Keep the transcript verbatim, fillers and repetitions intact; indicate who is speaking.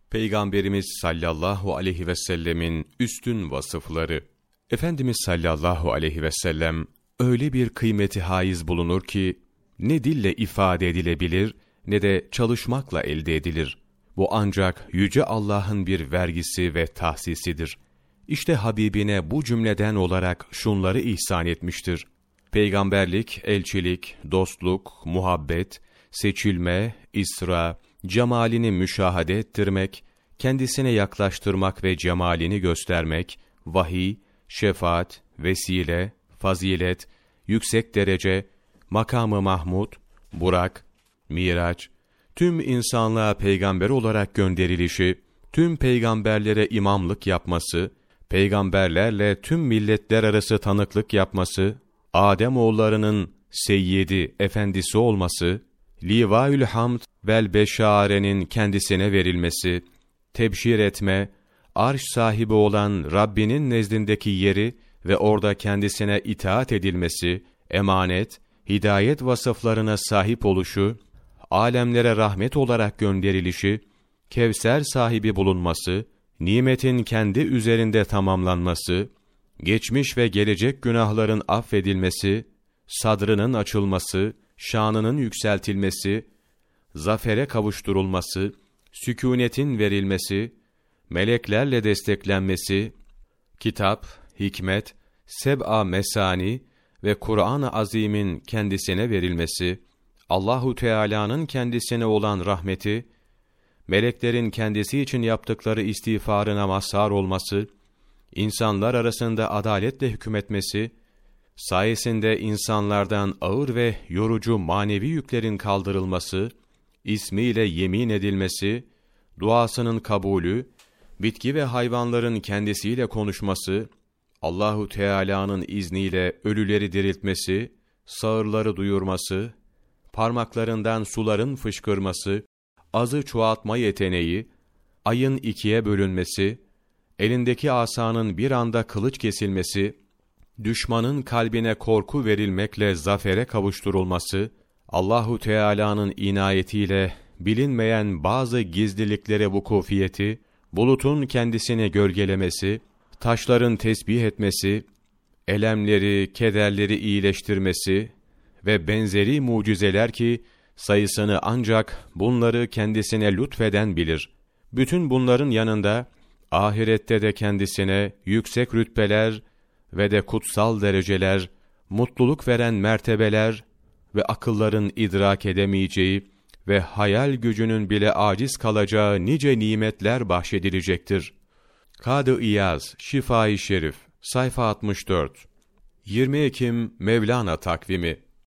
Speaker 1: Peygamberimiz sallallahu aleyhi ve sellemin üstün vasıfları. Efendimiz sallallahu aleyhi ve sellem öyle bir kıymeti haiz bulunur ki ne dille ifade edilebilir ne de çalışmakla elde edilir. Bu ancak yüce Allah'ın bir vergisi ve tahsisidir. İşte Habibine bu cümleden olarak şunları ihsan etmiştir: peygamberlik, elçilik, dostluk, muhabbet, seçilme, isra, cemalini müşahede ettirmek, kendisine yaklaştırmak ve cemalini göstermek, vahiy, şefaat, vesile, fazilet, yüksek derece, makamı Mahmud, Burak, Miraç, tüm insanlığa peygamber olarak gönderilişi, tüm peygamberlere imamlık yapması, peygamberlerle tüm milletler arası tanıklık yapması, Ademoğullarının seyyidi, efendisi olması, Livaül Hamd vel Beşare'nin kendisine verilmesi, tebşir etme, arş sahibi olan Rabbinin nezdindeki yeri ve orada kendisine itaat edilmesi, emanet, hidayet vasıflarına sahip oluşu, alemlere rahmet olarak gönderilişi, Kevser sahibi bulunması, nimetin kendi üzerinde tamamlanması, geçmiş ve gelecek günahların affedilmesi, sadrının açılması, şanının yükseltilmesi, zafere kavuşturulması, sükûnetin verilmesi, meleklerle desteklenmesi, kitap, hikmet, seb'a mesani ve Kur'an-ı Azim'in kendisine verilmesi, Allahu Teala'nın kendisine olan rahmeti, meleklerin kendisi için yaptıkları istiğfarına mazhar olması, insanlar arasında adaletle hükmetmesi, sayesinde insanlardan ağır ve yorucu manevi yüklerin kaldırılması, ismiyle yemin edilmesi, duasının kabulü, bitki ve hayvanların kendisiyle konuşması, Allahu Teala'nın izniyle ölüleri diriltmesi, sağırları duyurması, parmaklarından suların fışkırması, azı çoğaltma yeteneği, ayın ikiye bölünmesi, elindeki asanın bir anda kılıç kesilmesi, düşmanın kalbine korku verilmekle zafere kavuşturulması, Allahu Teala'nın inayetiyle bilinmeyen bazı gizliliklere vukufiyeti, bulutun kendisini gölgelemesi, taşların tesbih etmesi, elemleri, kederleri iyileştirmesi ve benzeri mucizeler ki sayısını ancak bunları kendisine lütfeden bilir. Bütün bunların yanında ahirette de kendisine yüksek rütbeler ve de kutsal dereceler, mutluluk veren mertebeler ve akılların idrak edemeyeceği ve hayal gücünün bile aciz kalacağı nice nimetler bahşedilecektir. Kadı İyaz, Şifa-i Şerif, sayfa altmış dört. yirmi Ekim Mevlana takvimi.